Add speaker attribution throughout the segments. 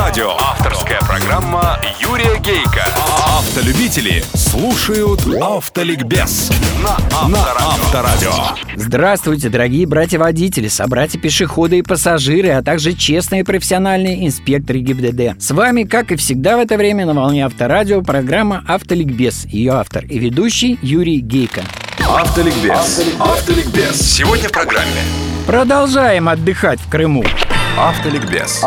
Speaker 1: Авторадио. Авторская программа Юрия Гейка. Автолюбители слушают Автоликбез на Авторадио.
Speaker 2: Здравствуйте, дорогие братья-водители, собратья-пешеходы и пассажиры, а также честные профессиональные инспекторы ГИБДД. С вами, как и всегда в это время, на волне Авторадио программа «Автоликбез». Ее автор и ведущий Юрий Гейка.
Speaker 1: Автоликбез. Сегодня в программе
Speaker 2: Продолжаем отдыхать в Крыму.
Speaker 1: Автоликбез.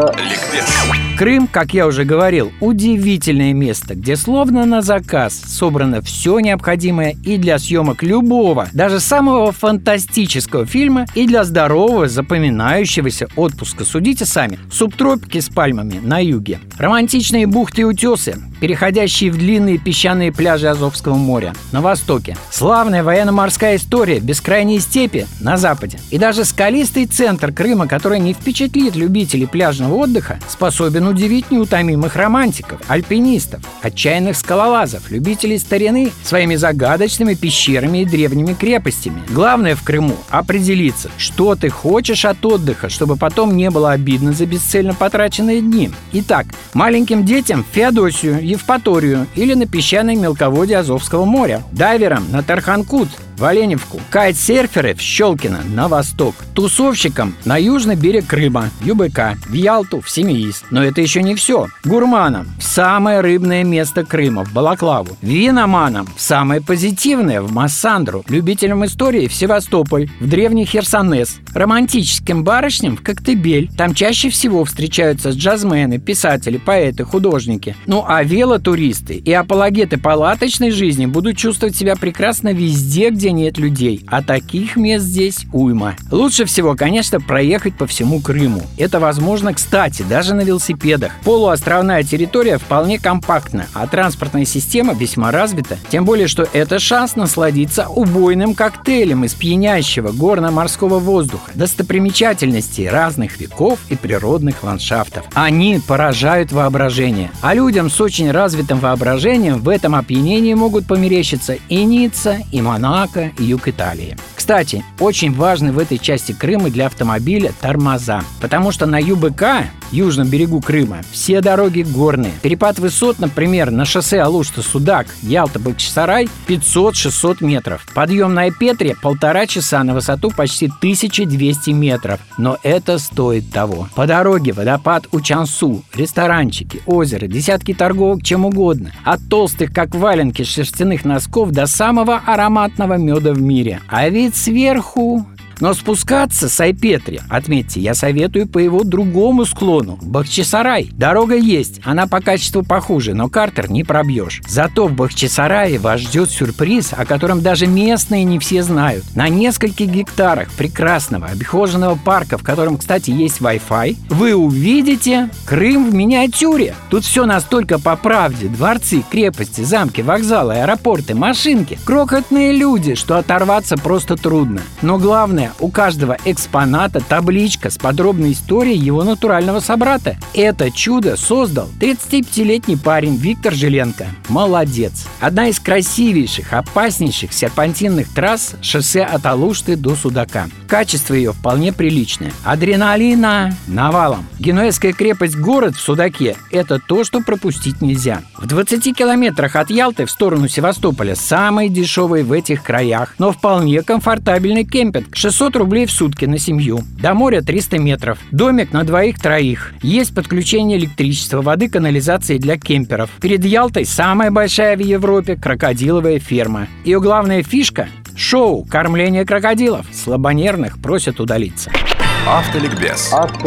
Speaker 2: Крым, как я уже говорил, удивительное место, где словно на заказ собрано все необходимое и для съемок любого, даже самого фантастического фильма, и для здорового, запоминающегося отпуска. Судите сами. Субтропики с пальмами на юге, романтичные бухты и утесы, переходящие в длинные песчаные пляжи Азовского моря на востоке, славная военно-морская история, бескрайние степи на западе, и даже скалистый центр Крыма, который не впечатлит любителей пляжного отдыха, способен удивить неутомимых романтиков, альпинистов, отчаянных скалолазов, любителей старины своими загадочными пещерами и древними крепостями. Главное в Крыму – определиться, что ты хочешь от отдыха, чтобы потом не было обидно за бесцельно потраченные дни. Итак, маленьким детям в Феодосию, Евпаторию или на песчаной мелководье Азовского моря, дайверам на Тархан-Кут, в Оленевку, кайтсерферы в Щелкино на восток, тусовщикам на южный берег Крыма, ЮБК, в Ялту, в Семииз. Но это еще не все. Гурманам в самое рыбное место Крыма, в Балаклаву. Виноманам в самое позитивное, в Массандру. Любителям истории в Севастополь, в древний Херсонес. Романтическим барышням в Коктебель. Там чаще всего встречаются джазмены, писатели, поэты, художники. Ну а велотуристы и апологеты палаточной жизни будут чувствовать себя прекрасно везде, где нет людей, а таких мест здесь уйма. Лучше всего, конечно, проехать по всему Крыму. Это возможно, кстати, даже на велосипедах. Полуостровная территория вполне компактна, а транспортная система весьма развита. Тем более, что это шанс насладиться убойным коктейлем из пьянящего горно-морского воздуха, достопримечательностей разных веков и природных ландшафтов. Они поражают воображение. А людям с очень развитым воображением в этом опьянении могут померещиться и Ницца, и Монако, и юг Италии. Кстати, очень важны в этой части Крыма для автомобиля тормоза, потому что на ЮБК, южном берегу Крыма, все дороги горные. Перепад высот, например, на шоссе Алушта-Судак, Ялта-Бахчисарай 500-600 метров. Подъем на Петре 1,5 часа на высоту почти 1200 метров. Но это стоит того. По дороге водопад Учансу, ресторанчики, озеро, десятки торговок, чем угодно. От толстых, как валенки, шерстяных носков до самого ароматного меда в мире. А ведь сверху... Но спускаться с Айпетри, отметьте, я советую по его другому склону, Бахчисарай. Дорога есть, она по качеству похуже, но картер не пробьешь. Зато в Бахчисарае вас ждет сюрприз, о котором даже местные не все знают. На нескольких гектарах прекрасного обихоженного парка, в котором, кстати, есть Wi-Fi, вы увидите Крым в миниатюре. Тут все настолько по правде. Дворцы, крепости, замки, вокзалы, аэропорты, машинки, крохотные люди, что оторваться просто трудно. Но главное, у каждого экспоната табличка с подробной историей его натурального собрата. Это чудо создал 35-летний парень Виктор Жиленко. Молодец. Одна из красивейших, опаснейших серпантинных трасс — шоссе от Алушты до Судака. Качество ее вполне приличное. Адреналина навалом. Генуэзская крепость-город в Судаке — это то, что пропустить нельзя. В 20 километрах от Ялты в сторону Севастополя самый дешевый в этих краях, но вполне комфортабельный кемпинг. 600 рублей в сутки на семью. До моря 300 метров. Домик на 2-3. Есть подключение электричества, воды, канализации для кемперов. Перед Ялтой самая большая в Европе крокодиловая ферма. Ее главная фишка – шоу кормления крокодилов. Слабонервных просят удалиться.
Speaker 1: Автоликбез.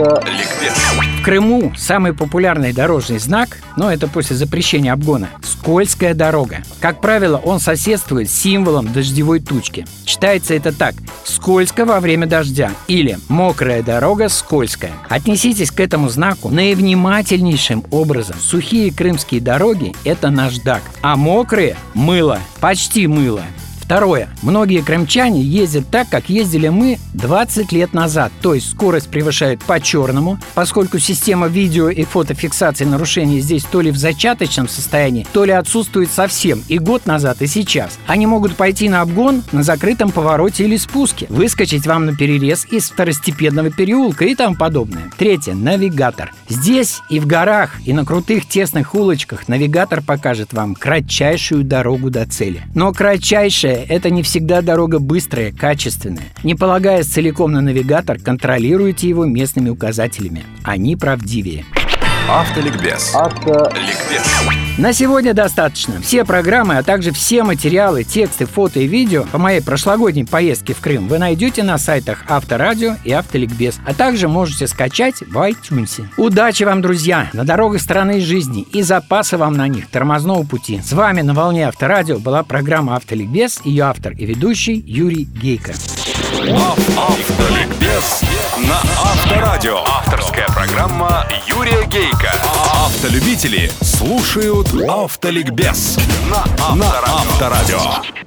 Speaker 2: В Крыму самый популярный дорожный знак, но это после запрещения обгона, скользкая дорога. Как правило, он соседствует с символом дождевой тучки. Читается это так: скользко во время дождя или мокрая дорога скользкая. Отнеситесь к этому знаку наивнимательнейшим образом. Сухие крымские дороги – это наждак, а мокрые – мыло, почти мыло. Второе. Многие крымчане ездят так, как ездили мы 20 лет назад, то есть скорость превышает по-черному, поскольку система видео и фотофиксации нарушений здесь то ли в зачаточном состоянии, то ли отсутствует совсем и год назад, и сейчас. Они могут пойти на обгон на закрытом повороте или спуске, выскочить вам на перерез из второстепенного переулка и тому подобное. Третье. Навигатор. Здесь и в горах, и на крутых тесных улочках навигатор покажет вам кратчайшую дорогу до цели. Но кратчайшая – это не всегда дорога быстрая, качественная. Не полагаясь целиком на навигатор, контролируйте его местными указателями. Они правдивее.
Speaker 1: Автоликбез.
Speaker 2: На сегодня достаточно. Все программы, а также все материалы, тексты, фото и видео по моей прошлогодней поездке в Крым вы найдете на сайтах Авторадио и Автоликбез, а также можете скачать в iTunes. Удачи вам, друзья, на дорогах страны жизни и запаса вам на них тормозного пути. С вами на волне Авторадио была программа Автоликбез, ее автор и ведущий Юрий Гейко.
Speaker 1: Автоликбез на Авторадио. Авторская программа Юрия Гейко. Автолюбители слушают Автоликбез на Авторадио.